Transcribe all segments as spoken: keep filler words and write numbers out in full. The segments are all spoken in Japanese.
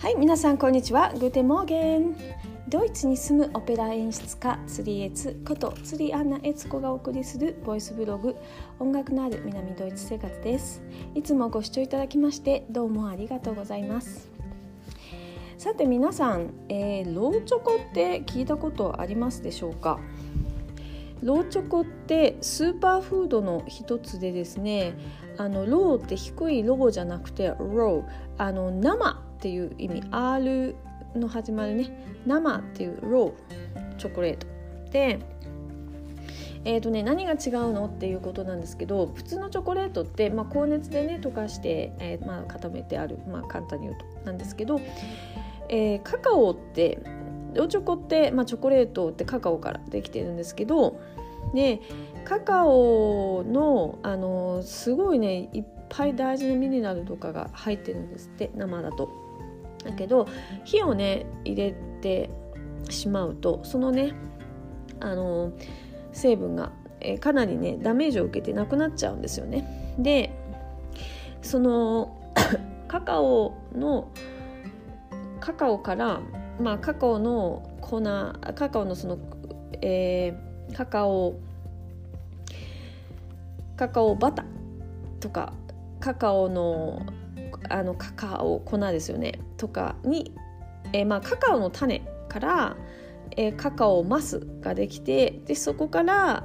はい、皆さんこんにちは。グーテンモーゲン。ドイツに住むオペラ演出家釣りエツこと釣りアンナエツコがお送りするボイスブログ、音楽のある南ドイツ生活です。いつもご視聴いただきましてどうもありがとうございます。さて皆さん、えー、ローチョコって聞いたことありますでしょうか？ローチョコってスーパーフードの一つでですね、あのローって低いローじゃなくてロー、あの生っていう意味、 R の始まるね、生っていうローチョコレートで、えーとね、何が違うのっていうことなんですけど、普通のチョコレートって、まあ、高熱でね溶かして、えーまあ、固めてある、まあ、簡単に言うとなんですけど、えー、カカオってローチョコって、まあ、チョコレートってカカオからできてるんですけど、でカカオの、あのすごいねいっぱい大事なミネラルとかが入ってるんですって、生だと。だけど火をね入れてしまうとそのねあの成分が、えー、かなりねダメージを受けてなくなっちゃうんですよね。でそのカカオのカカオから、まあ、カカオの粉カカオのその、えー、カカオカカオバターとかカカオのあのカカオ粉ですよねとかに、えーまあ、カカオの種から、えー、カカオマスができて、でそこから、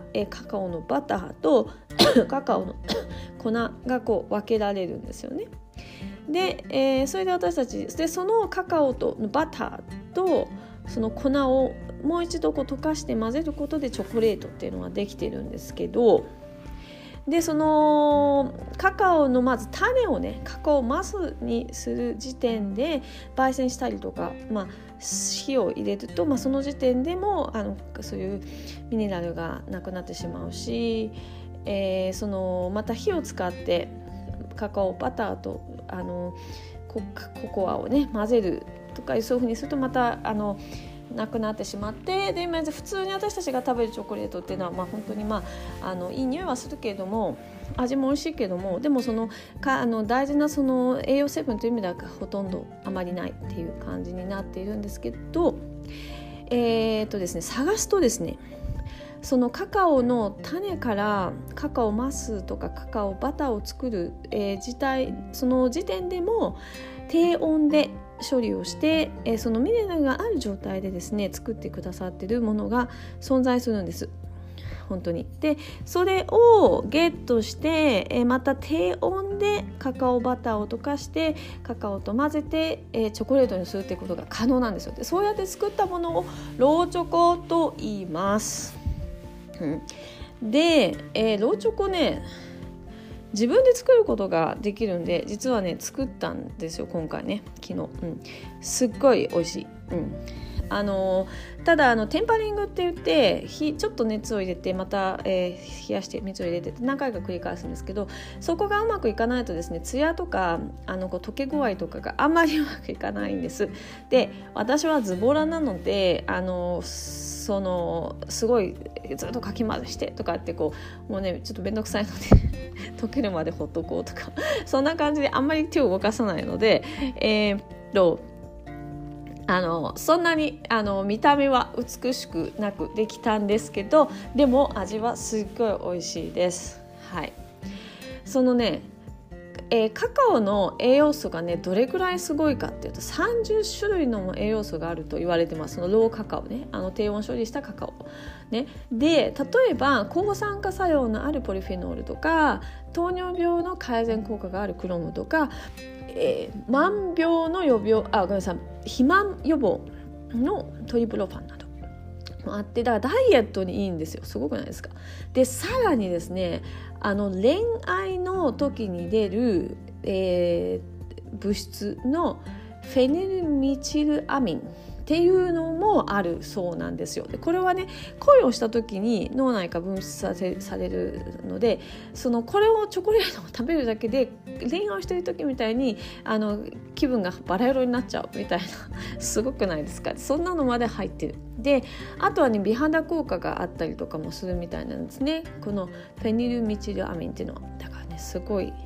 えー、カカオのバターとカカオの粉がこう分けられるんですよね。で、えー、それで私たちでそのカカオとバターとその粉をもう一度こう溶かして混ぜることでチョコレートっていうのができてるんですけど、でそのカカオのまず種をねカカオマスにする時点で焙煎したりとか、まあ、火を入れると、まあ、その時点でもあのそういうミネラルがなくなってしまうし、えー、そのまた火を使ってカカオバターとあの コ, ココアをね混ぜるとかそういう風にするとまたあのなくなってしまって、で普通に私たちが食べるチョコレートっていうのは、まあ、本当に、まあ、あのいい匂いはするけれども味も美味しいけれども、でもそのかあの大事なその栄養成分という意味ではほとんどあまりないっていう感じになっているんですけど、えーとですね、探すとですね、そのカカオの種からカカオマスとかカカオバターを作る、えー、自体その時点でも低温で処理をして、えー、そのミネラルがある状態でですね作ってくださっているものが存在するんです本当に。でそれをゲットして、えー、また低温でカカオバターを溶かしてカカオと混ぜて、えー、チョコレートにするっていうことが可能なんですよ。でそうやって作ったものをローチョコと言います。で、えー、ローチョコね自分で作ることができるんで、実はね作ったんですよ今回ね昨日、うん、すっごい美味しい、うん、あのただあのテンパリングって言って火ちょっと熱を入れてまた、えー、冷やして水を入れて何回か繰り返すんですけど、そこがうまくいかないとですねツヤとかあのこう溶け具合とかがあんまりうまくいかないんです。で私はズボラなのであのそのすごいずっとかき混ぜしてとかってこうもうねちょっとめんどくさいので溶けるまでほっとこうとかそんな感じであんまり手を動かさないので、えー、っとあのそんなにあの見た目は美しくなくできたんですけど、でも味はすっごい美味しいです。はい、そのねえー、カカオの栄養素がねどれくらいすごいかっていうとさんじゅっしゅるいの栄養素があると言われてます。そのローカカオね、あの低温処理したカカオ、ね、で例えば抗酸化作用のあるポリフェノールとか糖尿病の改善効果があるクロムとか、えー、万病の予防あごめんなさい肥満予防のトリプロファンなどあって、だからダイエットにいいんですよ。すごくないですか？でさらにですねあの恋愛の時に出る、えー、物質のフェニルミチルアミンっていうのもあるそうなんですよ。でこれはね恋をした時に脳内から分泌させ、されるので、そのこれをチョコレートを食べるだけで恋愛をしてる時みたいにあの気分がバラ色になっちゃうみたいなすごくないですか？そんなのまで入ってる。であとはね美肌効果があったりとかもするみたいなんですね、このフェニルミチルアミンっていうのは。だからねすごい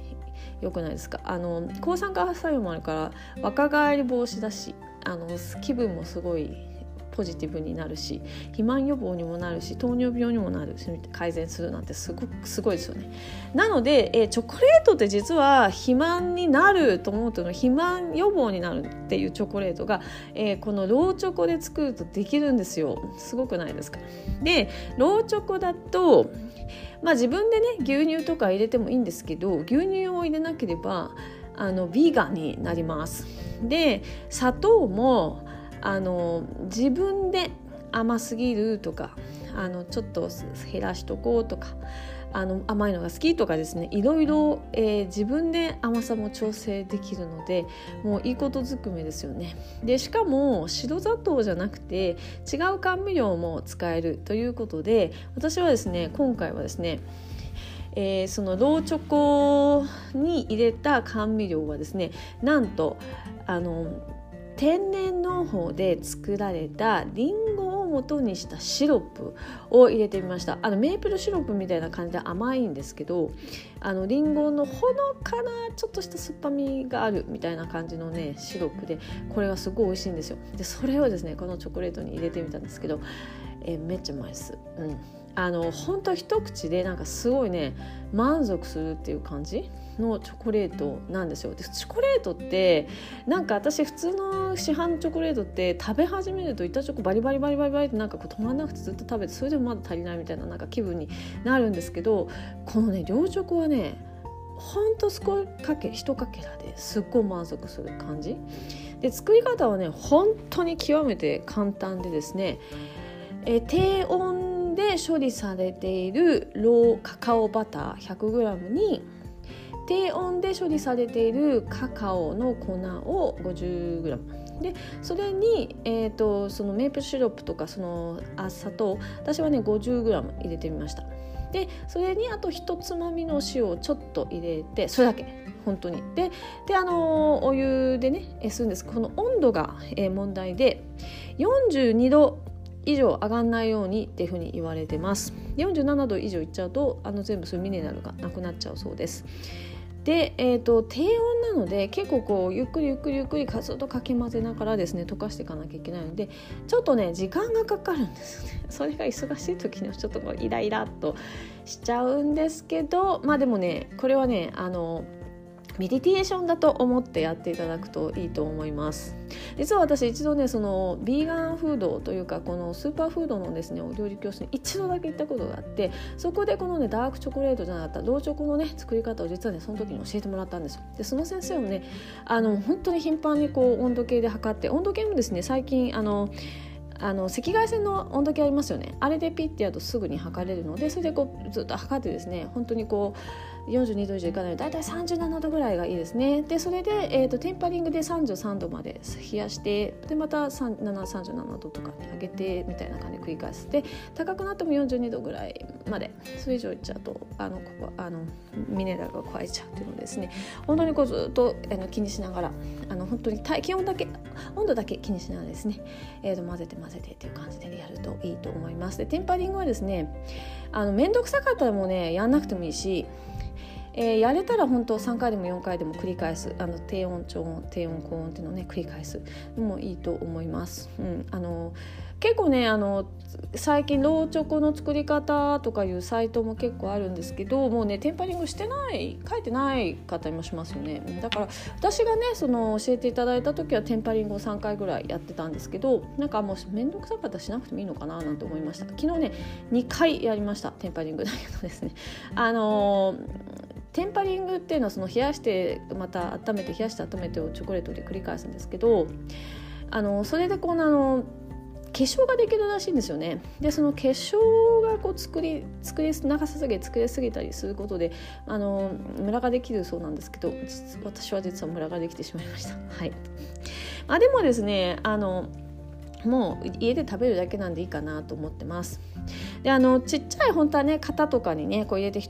良くないですか。あの抗酸化作用もあるから若返り防止だし、あの気分もすごいポジティブになるし、肥満予防にもなるし、糖尿病にもなるし、改善するなんてすごくすごいですよね。なので、えー、チョコレートって実は肥満になると思うと肥満予防になるっていうチョコレートが、えー、このローチョコで作るとできるんですよ。すごくないですか。でローチョコだと、まあ、自分でね牛乳とか入れてもいいんですけど、牛乳を入れなければあのビーガンになります。で砂糖もあの自分で甘すぎるとか、あのちょっと減らしとこうとか、あの甘いのが好きとかですね、いろいろ、えー、自分で甘さも調整できるので、もういいことずくめですよね。でしかも白砂糖じゃなくて違う甘味料も使えるということで、私はですね今回はですねえー、そのローチョコに入れた甘味料はですね、なんとあの天然農法で作られたリンゴを元にしたシロップを入れてみました。あのメープルシロップみたいな感じで甘いんですけど、あのリンゴのほのかなちょっとした酸っぱみがあるみたいな感じのねシロップで、これがすごい美味しいんですよ。でそれをですねこのチョコレートに入れてみたんですけど、えー、めっちゃうまいです。うん、あの本当一口でなんかすごいね満足するっていう感じのチョコレートなんですよ。でチョコレートってなんか私普通の市販のチョコレートって食べ始めると板チョコバリバリバリバリバリってなんかこう止まらなくてずっと食べて、それでもまだ足りないみたいななんか気分になるんですけど、このね両チョコはねほんと少かけ一かけらですっごい満足する感じで、作り方はね本当に極めて簡単でですね、え低温で処理されているローカカオバター ひゃくグラム に低温で処理されているカカオの粉を ごじゅうグラム で、それに、えーと、そのメープルシロップとかそのあ砂糖、私はね ごじゅうグラム 入れてみました。でそれにあと一つまみの塩をちょっと入れて、それだけ本当にでであのお湯でねするんです。この温度が、えー、問題でよんじゅうにど以上上がんないようにっていうふうに言われてます。よんじゅうななど以上いっちゃうとあの全部そういうミネラルがなくなっちゃうそうです。で、えーと、低温なので結構こうゆっくりゆっくりゆっくりずっとかき混ぜながらですね溶かしていかなきゃいけないので、ちょっとね時間がかかるんですよね。それが忙しい時にはちょっとこうイライラっとしちゃうんですけど、まあでもねこれはねあのメディテーションだと思ってやっていただくといいと思います。実は私一度ねそのビーガンフードというかこのスーパーフードのですねお料理教室に一度だけ行ったことがあって、そこでこのねダークチョコレートじゃなかったローチョコのね作り方を実はねその時に教えてもらったんですよ。でその先生もねあの本当に頻繁にこう温度計で測って、温度計もですね最近あのあの赤外線の温度計ありますよね。あれでピッてやるとすぐに測れるので、それでこうずっと測ってですね本当にこうよんじゅうにど以上いかないのでだいたいさんじゅうななどぐらいがいいですね。でそれで、えーと、テンパリングでさんじゅうさんどまで冷やして、でまたさんじゅうなな、さんじゅうななどとかに上げてみたいな感じで繰り返す。で高くなってもよんじゅうにどぐらいまで、それ以上いっちゃうとあのここあのミネラルが壊れちゃうっていうのですね、本当にこうずっとあの気にしながらあの本当に気温だけ温度だけ気にしながらですね、えーと混ぜて混ぜてっていう感じでやるといいと思います。でテンパリングはですねあのめんどくさかったらもうねやんなくてもいいし、えー、やれたら本当さんかいでもよんかいでも繰り返す、あの低温超音低温高温っていうのをね繰り返すのもいいと思います。うん、あの結構ねあの最近ローチョコの作り方とかいうサイトも結構あるんですけど、もうねテンパリングしてない書いてない方もしますよね。だから私がねその教えていただいた時はテンパリングをさんかいぐらいやってたんですけど、なんかもうめんどくさかったらしなくてもいいのかななんて思いました。昨日ねにかいやりました。テンパリングだけどですねあのテンパリングっていうのはその冷やしてまた温めて冷やして温めてをチョコレートで繰り返すんですけど、あのそれでこのあの結晶ができるらしいんですよね。でその結晶がこう作り作り長さすぎ作りすぎたりすることであのムラができるそうなんですけど、私は実はムラができてしまいました。はい。まあ、でもですねあのもう家で食べるだけなんでいいかなと思ってます。であのちっちゃい本当はね型とかにねこう入れて一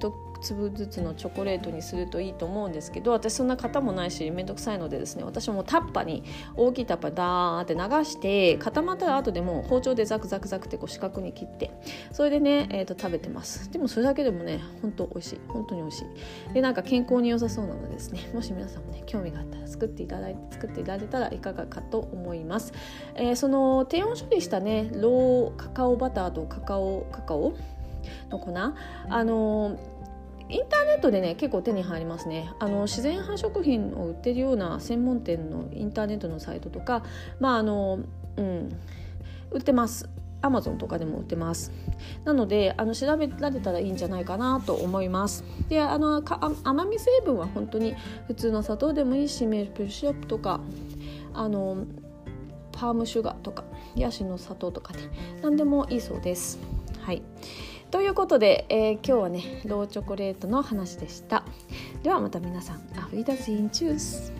粒ずつのチョコレートにするといいと思うんですけど、私そんな型もないしめんどくさいのでですね、私もタッパに大きいタッパにダーって流して固まったら後でもう包丁でザクザクザクってこう四角に切ってそれでね、えー、と食べてます。でもそれだけでもね本当美味しい、本当に美味しいでなんか健康に良さそうなのでですね、もし皆さんもね興味があったら作っていただいて作っていただけたらいかがかと思います。えー、その低温処理したねローカカオバターとカカオカカオの粉、あのインターネットでね結構手に入りますね。あの自然派食品を売ってるような専門店のインターネットのサイトとか、まああのうん売ってます。アマゾンとかでも売ってます。なのであの調べられたらいいんじゃないかなと思います。であのか甘み成分は本当に普通の砂糖でもいいし、メープルシロップとかあのパームシュガーとかヤシの砂糖とかで何でもいいそうです。はい、ということで、えー、今日はねローチョコレートの話でした。ではまた皆さん、アフリダゼンチュース。